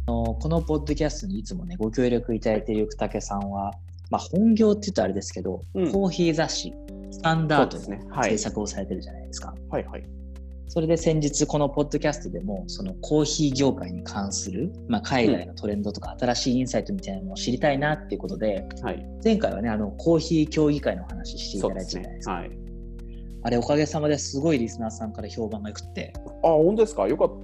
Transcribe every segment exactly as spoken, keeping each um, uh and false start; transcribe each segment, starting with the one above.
のこのポッドキャストにいつもねご協力いただいている竹さんは、まあ、本業って言うとあれですけど、うん、コーヒー雑誌スタンダードの制作をされてるじゃないですか。 はいはい。 それで先日このポッドキャストでもそのコーヒー業界に関する、まあ、海外のトレンドとか新しいインサイトみたいなのを知りたいなっていうことで、 はい、 前回はねあのコーヒー協議会の話していただいたじゃないですか。 そうですね。はい、 あれおかげさまですごいリスナーさんから評判が良くて、 あ、本当ですか？よかった。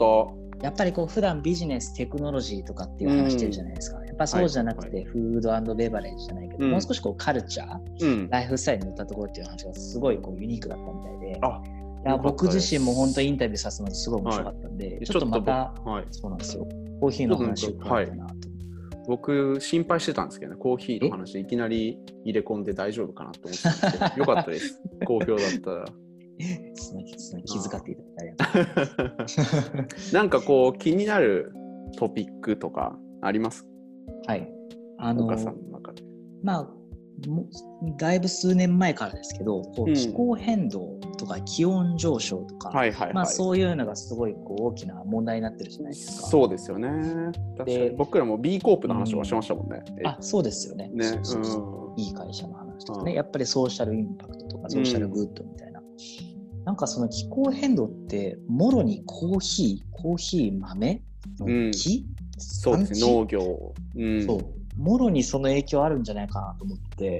やっぱりこう普段ビジネステクノロジーとかっていう話してるじゃないですか、うん、やっぱそうじゃなくて、はいはい、フード&ベバレッジじゃないけど、うん、もう少しこうカルチャー、うん、ライフスタイルに乗ったところっていう話がすごいこうユニークだったみたいで、あ、いや僕自身も本当にインタビューさせてもらってすごい面白かったんで、はい、ちょっとまた、はい、そうなんですよ、コーヒーの話を伺いたいなと、はい、 僕心配してたんですけどね、コーヒーの話いきなり入れ込んで大丈夫かなと思ってたんですけどよかったです好評だったらその気遣っていただいてありがとうございますなんかこう気になるトピックとかあります？ はい、あの岡さんの中で、 まあだいぶ数年前からですけど、こう気候変動とか気温上昇とか、 はいはいはい、 まあ、そういうのがすごいこう大きな問題になってるじゃないですか。 そうですよね。確かに僕らも B コープの話をしましたもんね。 うん、あ、そうですよね。 ね、 そうそうそう、いい会社の話とかね、やっぱりソーシャルインパクトとかソーシャルグッドみたいな、うん、なんかその気候変動ってもろにコーヒーコーヒー豆の木、 うん、そうですね、農業、 うん、そうもろにその影響あるんじゃないかなと思って。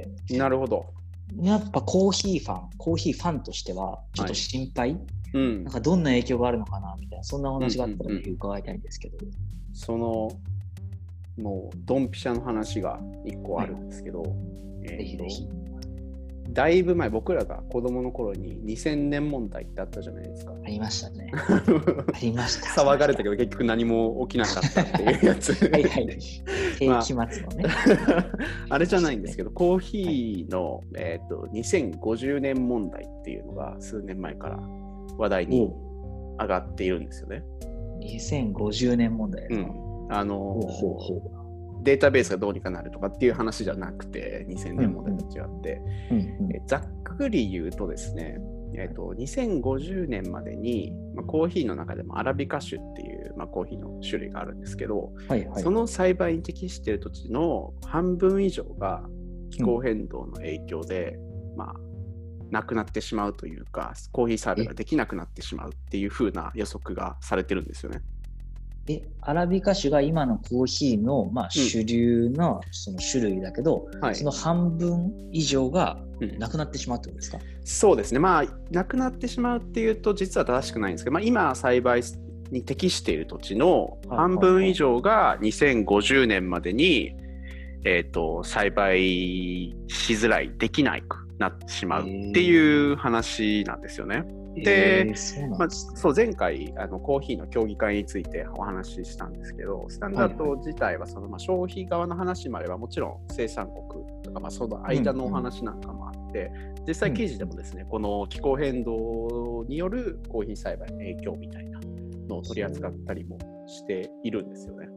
なるほど。 やっぱコーヒーファンコーヒーファンとしてはちょっと心配、はい、うん、なんかどんな影響があるのかなみたいな、そんなお話があったらぜひ伺いたいんですけど、うんうんうん、 そのもうドンピシャの話がいっこあるんですけど、はい、えー、ぜひぜひ。だいぶ前、僕らが子供の頃ににせんねん問題ってあったじゃないですか。 ありましたねありました騒がれたけど結局何も起きなかったっていうやつはいはい世紀末のね、まあ、あれじゃないんですけど、コーヒーの、えーと、にせんごじゅうねん問題っていうのが数年前から話題に上がっているんですよね。 にせんごじゅうねん問題ですか、うん、 あのほうほうほうデータベースがどうにかなるとかっていう話じゃなくて、にせんねん問題と違って、うんうん、えざっくり言うとですね、えー、とにせんごじゅうねんまでに、まあ、コーヒーの中でもアラビカ種っていう、まあ、コーヒーの種類があるんですけど、はいはい、その栽培に適している土地の半分以上が気候変動の影響で、うん、まあなくなってしまうというか、コーヒー栽培ができなくなってしまうっていう風な予測がされてるんですよね。 え、アラビカ種が今のコーヒーの、まあ、主流のその種類だけど、うん、はい、その半分以上がなくなってしまうってことですか？うん、 そうですね。まあなくなってしまうっていうと実は正しくないんですけど、まあ、今栽培に適している土地の半分以上がにせんごじゅうねんまでに、えーと、栽培しづらい、できなくなってしまうっていう話なんですよね。で、えーそうなんですね。まあ、そう前回あのコーヒーの協議会についてお話ししたんですけど、スタンダード自体はその、まあ、消費側の話もあれば、もちろん生産国とか、まあ、その間のお話なんかもあって、うんうん、実際記事でもですね、うん、この気候変動によるコーヒー栽培の影響みたいなのを取り扱ったりもしているんですよね。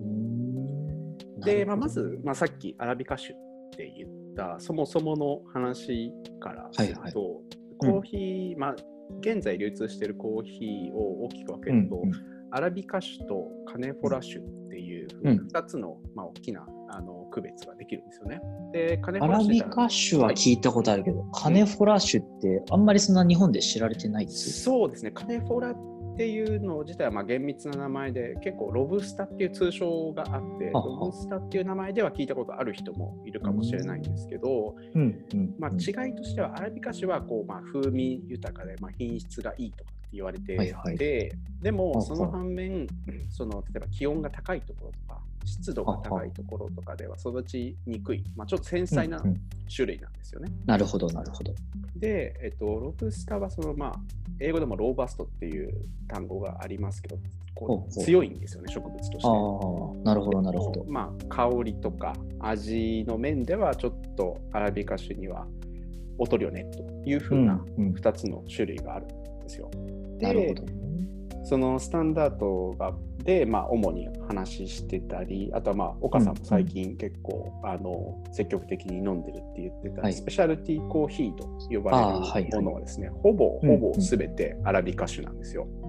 で、まあ、まず、まあ、さっきアラビカ種って言ったそもそもの話からすると、はいはい、コーヒー、うん、まあ現在流通しているコーヒーを大きく分けると、うんうん、アラビカ種とカネフォラ種っていうふたつの、まあ、大きなあの区別ができるんですよね。でカネフォラ種アラビカ種は聞いたことあるけど、はい、カネフォラ種ってあんまりそんな日本で知られてないです。 そうですね。カネフォラっていうの自体はまあ厳密な名前で、結構ロブスタっていう通称があって、ロブスタっていう名前では聞いたことある人もいるかもしれないんですけど、うんうんまあ、違いとしてはアラビカ種はこうまあ風味豊かでまあ品質がいいとかって言われていて、はいはい、でもその反面、その例えば気温が高いところとか湿度が高いところとかでは育ちにくい、まあ、ちょっと繊細な種類なんですよね。 うんうん、なるほどなるほど。 で、えっと、ロブスタはそのまあ英語でもローバストっていう単語がありますけど、こう強いんですよね、植物として。 あ、なるほどなるほど。 まあ、香りとか味の面ではちょっとアラビカ種には劣るよねというふうなふたつの種類があるんですよ。うんうん、で、なるほど。そのスタンダードがで、まあ、主に話してたり、あとはまあ岡さんも最近結構、うんうん、あの積極的に飲んでるって言ってた、はい、スペシャルティーコーヒーと呼ばれるものはですね、はいはい、ほぼほぼ全てアラビカ種なんですよ。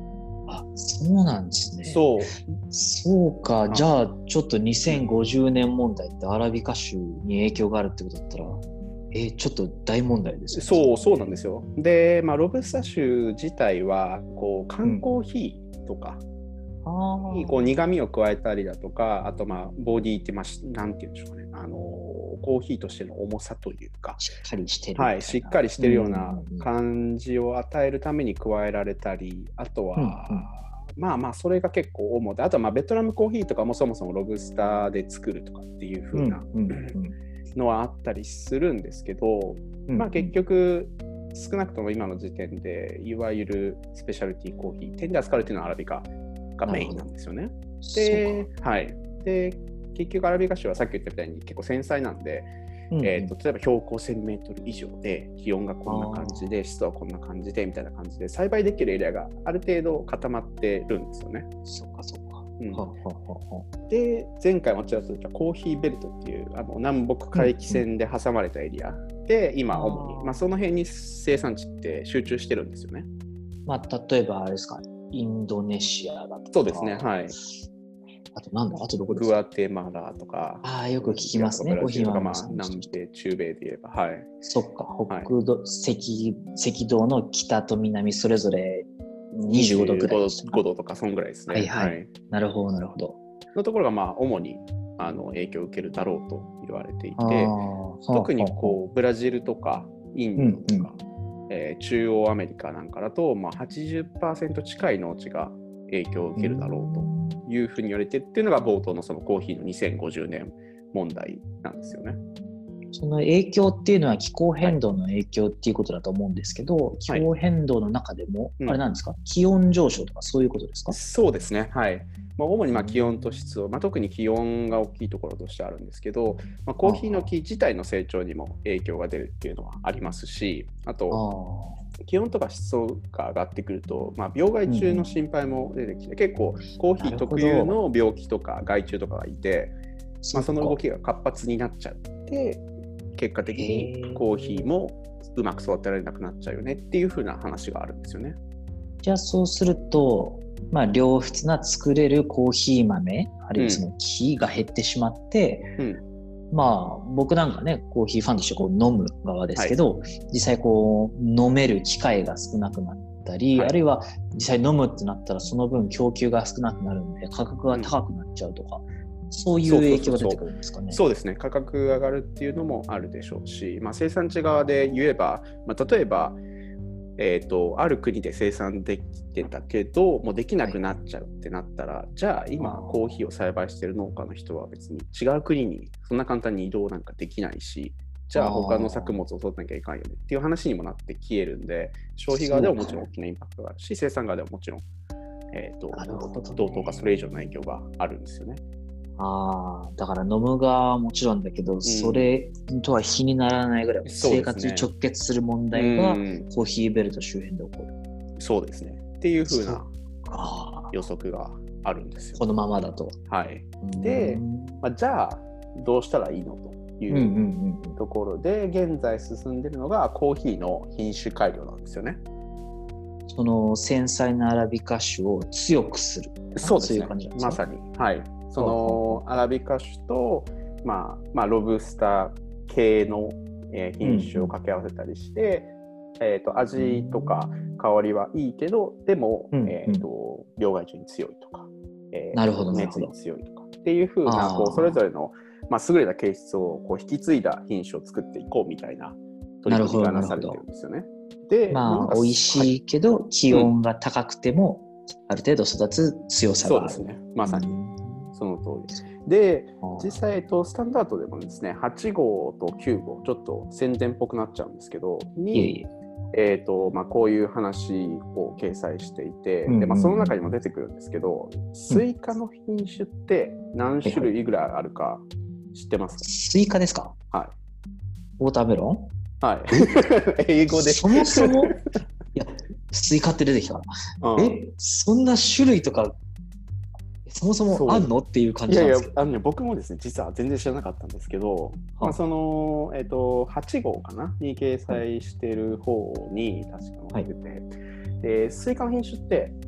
あ、そうなんですね。 そう。 そうか。じゃあ、ちょっとにせんごじゅうねん問題ってアラビカ州に影響があるってことだったら、えー、ちょっと大問題ですよね。 そう、そうなんですよ。で、まあ、ロブスタ州自体は、こう、缶コーヒーとかにこう苦味を加えたりだとか、あと、まあ、ボディって、まあ、なんていうんでしょうかね。あの、コーヒーとしての重さというか、 しっかりしてる。 はい、しっかりしてるような感じを与えるために加えられたり、あとは、うんうん、まあまあそれが結構主で、あとはまあベトナムコーヒーとかもそもそもロブスターで作るとかっていう風なのはあったりするんですけど、うんうん、まあ結局少なくとも今の時点でいわゆるスペシャルティーコーヒー、テンダースカルティのアラビカがメインなんですよね。で、はい。で、結局アラビカ州はさっき言ったみたいに結構繊細なんで、うんうん、えーと、例えば標高せんメートル以上で気温がこんな感じで湿度はこんな感じでみたいな感じで栽培できるエリアがある程度固まってるんですよね。 そうかそうか、 うん、はははで前回もちらっと言ったコーヒーベルトっていうあの南北海域線で挟まれたエリアで、うんうん、今主に、まあ、その辺に生産地って集中してるんですよね。 まあ、例えばあれですか、インドネシアだとか。 そうですね、はい。 あとなんだ、あとどこですか？ グアテマラとか。 ああ、よく聞きますね、コーヒーは。 まあ、南米、中米で言えば。はい。 そっか、北道、はい、赤、赤道の北と南それぞれにじゅうごどくらいですか？ ごどとか、そんぐらいですね。 はいはい。はい、なるほど、なるほど。 のところが、まあ、主にあの影響を受けるだろうと言われていて、特にこう、ブラジルとか、インドとか、うんうん、えー、中央アメリカなんかだと、まあ、はちじゅっパーセント 近い農地が影響を受けるだろうというふうに言われてっていうのが冒頭のそのコーヒーのにせんごじゅうねん問題なんですよね。 その影響っていうのは気候変動の影響っていうことだと思うんですけど、はい、気候変動の中でも、あれなんですか、うん、気温上昇とかそういうことですか？ そうですね、はい。まあ、主にまあ気温と湿度、まあ、特に気温が大きいところとしてあるんですけど、まあ、コーヒーの木自体の成長にも影響が出るっていうのはありますし、あと気温とか湿度が上がってくると、まあ、病害虫の心配も出てきて、うん、結構コーヒー特有の病気とか害虫とかがいて、まあ、その動きが活発になっちゃって結果的にコーヒーもうまく育てられなくなっちゃうよねっていう風な話があるんですよね。 じゃあそうすると、まあ、良質な作れるコーヒー豆あるいはその木が減ってしまって、うん、まあ僕なんかねコーヒーファンとしてこう飲む側ですけど、はい、実際こう飲める機会が少なくなったり、はい、あるいは実際飲むってなったらその分供給が少なくなるんで価格が高くなっちゃうとか、うん、そういう影響が出てくるんですかね。 そうですね、価格が上がるっていうのもあるでしょうし、まあ、生産地側で言えば、まあ、例えばえーと、ある国で生産できてたけどもうできなくなっちゃうってなったら、はい、じゃあ今コーヒーを栽培してる農家の人は別に違う国にそんな簡単に移動なんかできないし、じゃあ他の作物を取らなきゃいかんよねっていう話にもなってきえるんで、消費側ではもちろん大きなインパクトがあるし、生産側ではもちろん、えーと、同等かそれ以上の影響があるんですよね。 ああ、だから飲む側はもちろんだけど、うん、それとは比にならないぐらい、生活に直結する問題がコーヒーベルト周辺で起こる。 そうですね。っていう風な予測があるんですよ。 このままだと。 はい。で、まあ、じゃあどうしたらいいのというところで、現在進んでいるのがコーヒーの品種改良なんですよね。 その繊細なアラビカ種を強くする。 そうですね。そういう感じなんですね。まさに。はい。そのアラビカ種と、まあまあ、ロブスター系の、えー、品種を掛け合わせたりして、うん、えーと、味とか香りはいいけどでも、うん、えーと、病害虫に強いとか、えー、 なるほど熱に強いとかっていう風なこうそれぞれの、まあ、優れた形質をこう引き継いだ品種を作っていこうみたいな取り組みがなされてるんですよね。 で、まあ、美味しいけど、はい、気温が高くても、うん、ある程度育つ強さがある。 そうですね、まさに。その通りです。で、実際、えっと、スタンダードでもですね、はち号ときゅう号、ちょっと宣伝っぽくなっちゃうんですけど、に、いえいええーとまあ、こういう話を掲載していて、うんうん、でまあ、その中にも出てくるんですけど、スイカの品種って何種類ぐらいあるか知ってますか？ スイカですか？ はい。 ウォーターメロン？ はい。英語で。 そもそも、いや、スイカって出てきた。うん、え、そんな種類とか、そもそもあんのっていう感じなんですけど。 いやいや、あのね、僕もですね、実は全然知らなかったんですけど、はあまあ、その、えっと、はち号かなに掲載してる方に確か載ってて、はい、でスイカの品種って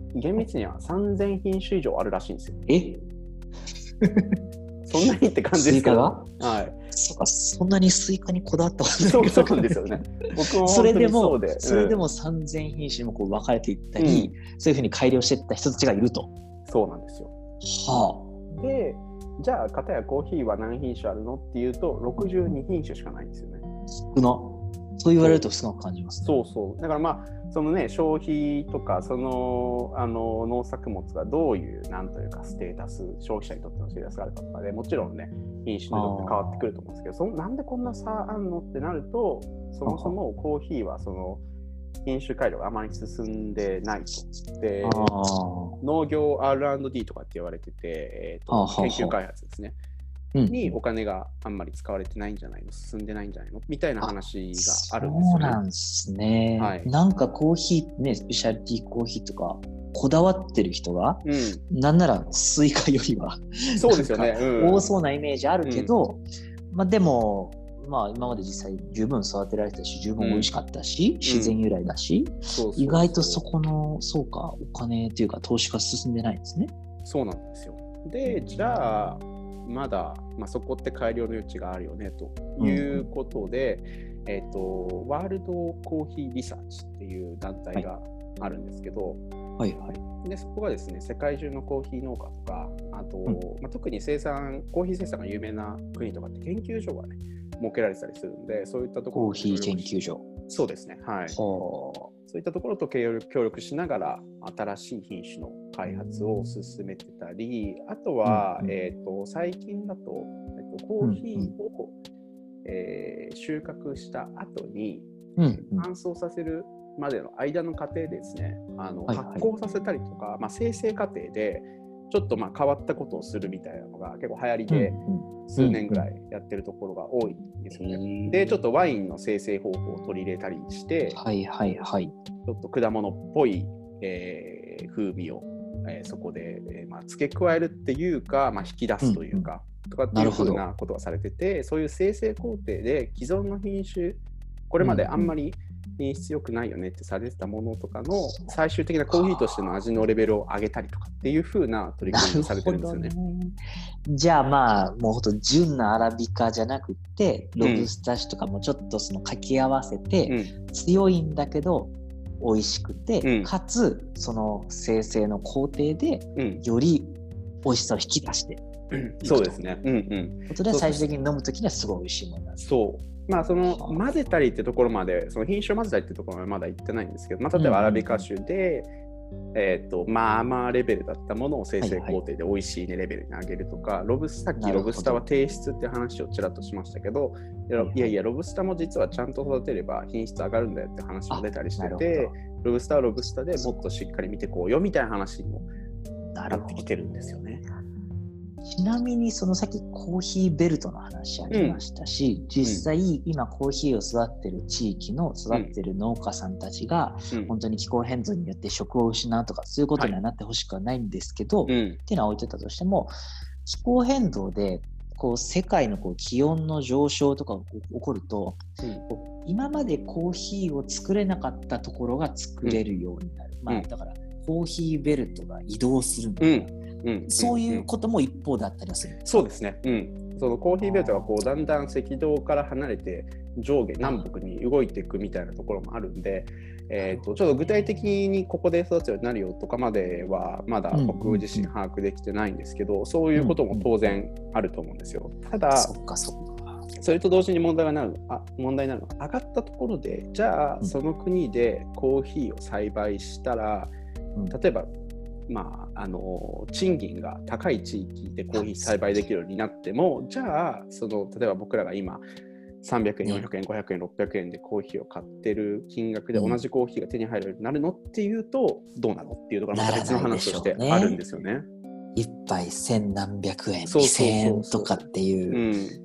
厳密にはさんぜんひんしゅ以上あるらしいんですよ。 えそんなにって感じですけど。 はい。そうか、そんなにスイカにこだわったことない。 そうそうなんですよね。僕もそれでもそうで、 それでもさんぜんひんしゅもこう分かれていったり、うん、そういうふうに改良していった人たちがいると。 そうなんですよ。 はあ。で、じゃあ片やコーヒーは何品種あるのっていうとろくじゅうにひんしゅしかないんですよね。 少な。そう言われると少なく感じますね。 そうそう。だからまあそのね消費とかそのあの農作物がどういうなんというかステータス、消費者にとってのステータスがあるかとかでもちろんね品種によって変わってくると思うんですけど、そのなんでこんな差あんのってなると、そもそもコーヒーはその品種改良があまり進んでないと。で、農業 アールアンドディー とかって言われてて、えー、と研究開発ですね。にお金があんまり使われてないんじゃないの、進んでないんじゃないのみたいな話があるんですよね。 そうなんですね、はい、なんかコーヒーね、スペシャルティーコーヒーとかこだわってる人が、うん、なんならスイカよりはそうですよね、 うん、多そうなイメージあるけど、うん、まあでもまあ今まで実際十分育てられたし、十分美味しかったし、うん、自然由来だし、うん、そうそうそう、意外とそこのそうかお金というか投資が進んでないんですね。 そうなんですよ。で、じゃあまだ、まあ、そこって改良の余地があるよねということで、うん、えーと、ワールドコーヒーリサーチっていう団体があるんですけど、 はいはいはい、 でそこがですね、世界中のコーヒー農家とか、あと、うん、まあ、特に生産コーヒー生産が有名な国とかって研究所がね設けられてたりするんで、そういったところコーヒー研究所、 そうですね、はい、そういったところと協力しながら新しい品種の開発を進めてたり、あとは、うんうん、えーと、最近だと、えーと、コーヒーを、うんうん、えー、収穫した後に、うんうん、乾燥させるまでの間の過程でですね、あの、はいはい、発酵させたりとか、まあ、生成過程でちょっとまあ変わったことをするみたいなのが結構流行りで、数年ぐらいやってるところが多いんですよね、うんうん、でちょっとワインの生成方法を取り入れたりして、 はいはいはい、 ちょっと果物っぽい、えー、風味を、えー、そこで、えーまあ、付け加えるっていうか、まあ、引き出すというか、うん、とかっていうふうなことがされてて、そういう生成工程で既存の品種、これまであんまり品質良くないよねってされてたものとかの最終的なコーヒーとしての味のレベルを上げたりとかっていう風な取り組みをされてるんですよね。 じゃあまあもうほんと純なアラビカじゃなくてロブスタ種とかもちょっとその掛け合わせて、うん、強いんだけど美味しくて、うん、かつその生成の工程でより美味しさを引き出して、 うん、そうですね。うんうん。 ことで最終的に飲むときにはすごい美味しいものなんです。 そう。まあ、その混ぜたりってところまで、その品種を混ぜたりってところまでまだ行ってないんですけど、まあ、例えばアラビカ種で、うん、えーと、まあまあレベルだったものを生成工程で美味しいねレベルに上げるとか、はいはい、ロブスタ、さっきロブスタは低質って話をちらっとしましたけど、いやいや、ロブスタも実はちゃんと育てれば品質上がるんだよって話も出たりしてて、ロブスタはロブスタでもっとしっかり見てこうよみたいな話にもなってきてるんですよね。 ちなみにそのさっきコーヒーベルトの話ありましたし、うん、実際今コーヒーを育てる地域の育ってる農家さんたちが本当に気候変動によって職を失うとかそういうことにはなってほしくはないんですけど、はい、っていうのは置いてたとしても、気候変動でこう世界のこう気温の上昇とかが起こると、うん、今までコーヒーを作れなかったところが作れるようになる、うん、まあだからコーヒーベルトが移動するみたいな、うんうん、そういうことも一方だったりはする、うん、 そうですね、うん、そのコーヒーベルトがこうだんだん赤道から離れて上下南北に動いていくみたいなところもあるんで、えー、とちょっと具体的にここで育つようになるよとかまではまだ僕自身把握できてないんですけど、うんうん、そういうことも当然あると思うんですよ。ただ、 そっかそっか、 それと同時に問題がなるあ問題になるのは、上がったところでじゃあその国でコーヒーを栽培したら、うん、例えばまあ、あの賃金が高い地域でコーヒー栽培できるようになっても、じゃあその例えば僕らが今さんびゃくえん、よんひゃくえん、ごひゃくえん、ろっぴゃくえんでコーヒーを買ってる金額で同じコーヒーが手に入るようになるのっていうとどうなのっていうところがまた別の話としてあるんですよね。 一杯千何百円、にせんえんとかっていう、うん、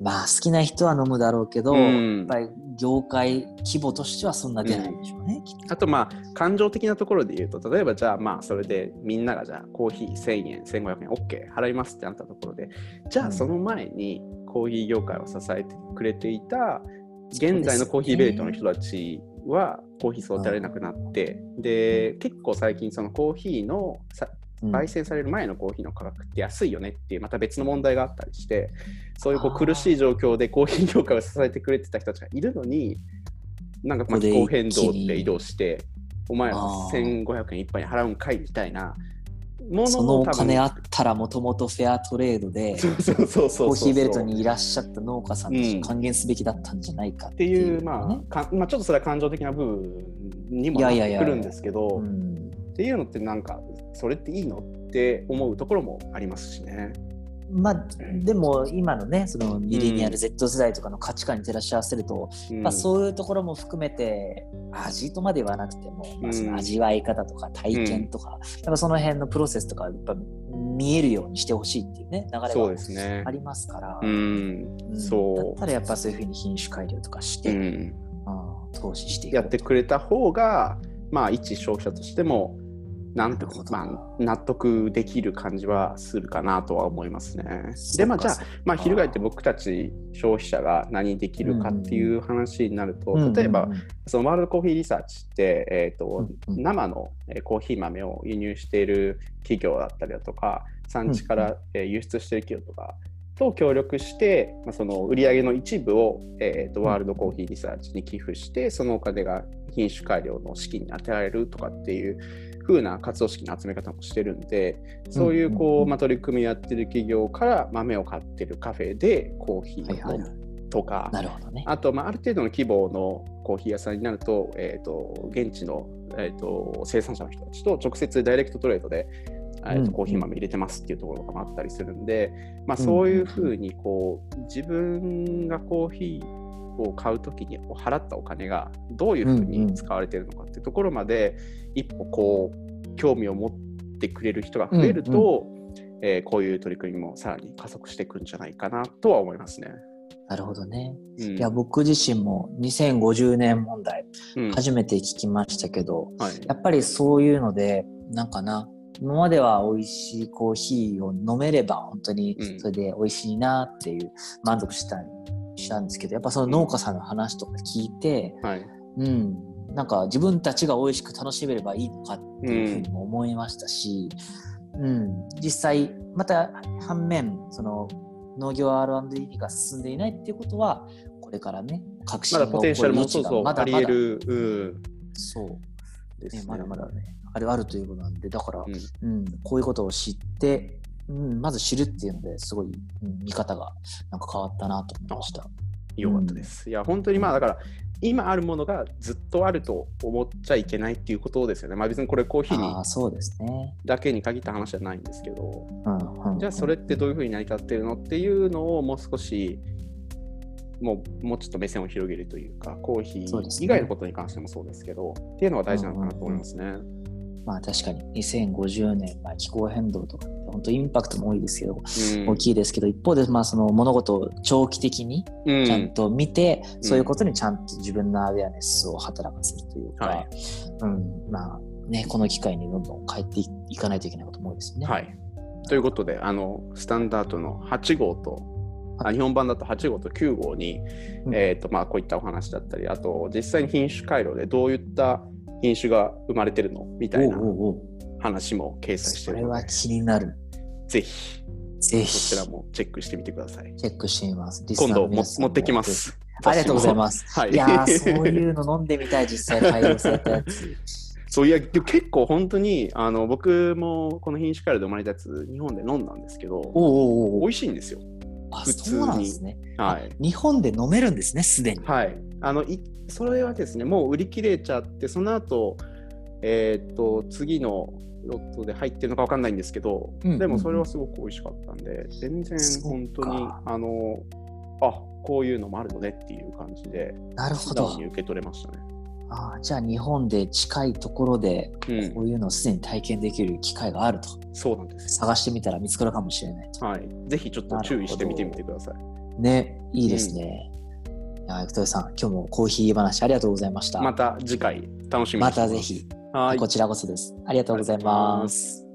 まあ好きな人は飲むだろうけど、うん、やっぱり業界規模としてはそんな出ないでしょうね、 うん、あとまあ感情的なところで言うと、例えばじゃあまあそれでみんながじゃあコーヒーせんえん、せんごひゃくえん OK 払いますってなったところで、じゃあその前にコーヒー業界を支えてくれていた現在のコーヒーベルトの人たちはコーヒー育てられなくなって、で結構最近そのコーヒーのさ焙煎される前のコーヒーの価格って安いよねっていうまた別の問題があったりして、そういうこう苦しい状況でコーヒー業界を支えてくれてた人たちがいるのに、なんかまあ気候変動って移動してお前はせんごひゃくえん一杯に払うんかいみたいなもの、 そのお金あったらもともとフェアトレードでコーヒーベルトにいらっしゃった農家さんたちを還元すべきだったんじゃないかっていう、ね、 っていう、まあかまあ、ちょっとそれは感情的な部分にもなってくるんですけど、っていうのってなんかそれっていいのって思うところもありますしね。 まあ、でも今のねそのミレニアル Z 世代とかの価値観に照らし合わせると、うんまあ、そういうところも含めて味とまではなくても、まあ、その味わい方とか体験とか、うん、やっぱその辺のプロセスとかやっぱ見えるようにしてほしいっていうね流れがありますから、 うんうん、そうだったらやっぱそういうふうに品種改良とかして、うんうん、投資していくやってくれた方がまあ一消費者としてもなんてまあ、納得できる感じはするかなとは思いますね。でまあじゃあ、まあ、翻って僕たち消費者が何できるかっていう話になると、うんうん、例えば、うんうん、そのワールドコーヒーリサーチって、えーとうんうん、生のコーヒー豆を輸入している企業だったりだとか産地から輸出している企業とかと協力して、まあ、その売上の一部を、えーと、ワールドコーヒーリサーチに寄付してそのお金が品種改良の資金に充てられるとかっていう風な活動資金の集め方もしてるんで、そういうこう、まあ、取り組みやってる企業から豆を買ってるカフェでコーヒーを飲むとか、 なるほどね、 あと、まあ、ある程度の規模のコーヒー屋さんになると、えーと、現地の、えーと、生産者の人たちと直接ダイレクトトレードで、えーと、コーヒー豆入れてますっていうところがあったりするんで、まあ、そういう風にこう自分がコーヒーを買うときに払ったお金がどういうふうに使われているのかっていうところまで一歩こう興味を持ってくれる人が増えると、うんうんえー、こういう取り組みもさらに加速していくんじゃないかなとは思いますね。 なるほどね、うん、いや僕自身もにせんごじゅうねん問題初めて聞きましたけど、うんはい、やっぱりそういうのでなんかな今までは美味しいコーヒーを飲めれば本当にそれで美味しいなっていう満足したりしたんですけどやっぱその農家さんの話とか聞いて、うんはいうん、なんか自分たちが美味しく楽しめればいいのかっていうふうにも思いましたし、うんうん、実際また反面その農業 アールアンドディー が進んでいないっていうことはこれからね革新が起こる余地がまだまだ、うん、そうですね、ねまだまだねあるあるということなんでだから、うんうん、こういうことを知ってうん、まず知るっていうのですごい、うん、見方がなんか変わったなと思いました。 よかったです、うん、いや本当にまあだから今あるものがずっとあると思っちゃいけないっていうことですよね。まあ別にこれコーヒーにだけに限った話じゃないんですけど、うん、じゃあそれってどういうふうに成り立ってるのっていうのをもう少しもう、もうちょっと目線を広げるというかコーヒー以外のことに関してもそうですけどっていうのは大事なのかなと思いますね。うんうんまあ確かににせんごじゅうねん、まあ、気候変動とかって本当インパクトも多いですけど、うん、大きいですけど一方でまあその物事を長期的にちゃんと見て、うん、そういうことにちゃんと自分のアウェアネスを働かせるというか、はいうんまあね、この機会にどんどん変えていかないといけないことも多いですね。 はい、ということであのスタンダードのはち号とあ日本版だとはち号ときゅう号に、うんえーとまあ、こういったお話だったりあと実際に品種改良でどういった品種が生まれてるのみたいな話も掲載してるので、 それは気になる。 ぜひ、ぜひそちらもチェックしてみてください。 チェックしてみます。 今度も持ってきます。 ありがとうございます。はい、いやそういうの飲んでみたい実際改良されたやつ。 そういや結構本当にあの僕もこの品種改良で生まれたやつ日本で飲んだんですけど、おうおうおう美味しいんですよ。 あ普通にそうなんですね、 はい、 日本で飲めるんですねすでに。 はいあのいそれはですねもう売り切れちゃってその後えー、っと次のロットで入ってるのか分かんないんですけど、うんうんうん、でもそれはすごく美味しかったんで全然本当にあのあこういうのもあるのねっていう感じでなるほど受け取れましたね。 あじゃあ日本で近いところでこういうのをすでに体験できる機会があると、 うん、そうなんです。 探してみたら見つかるかもしれないと。 はい、ぜひちょっと注意してみてみてくださいね。いいですね、うん、いや生田さん今日もコーヒー話ありがとうございました。 また次回楽しみにしてます。 またぜひはいこちらこそです。ありがとうございます。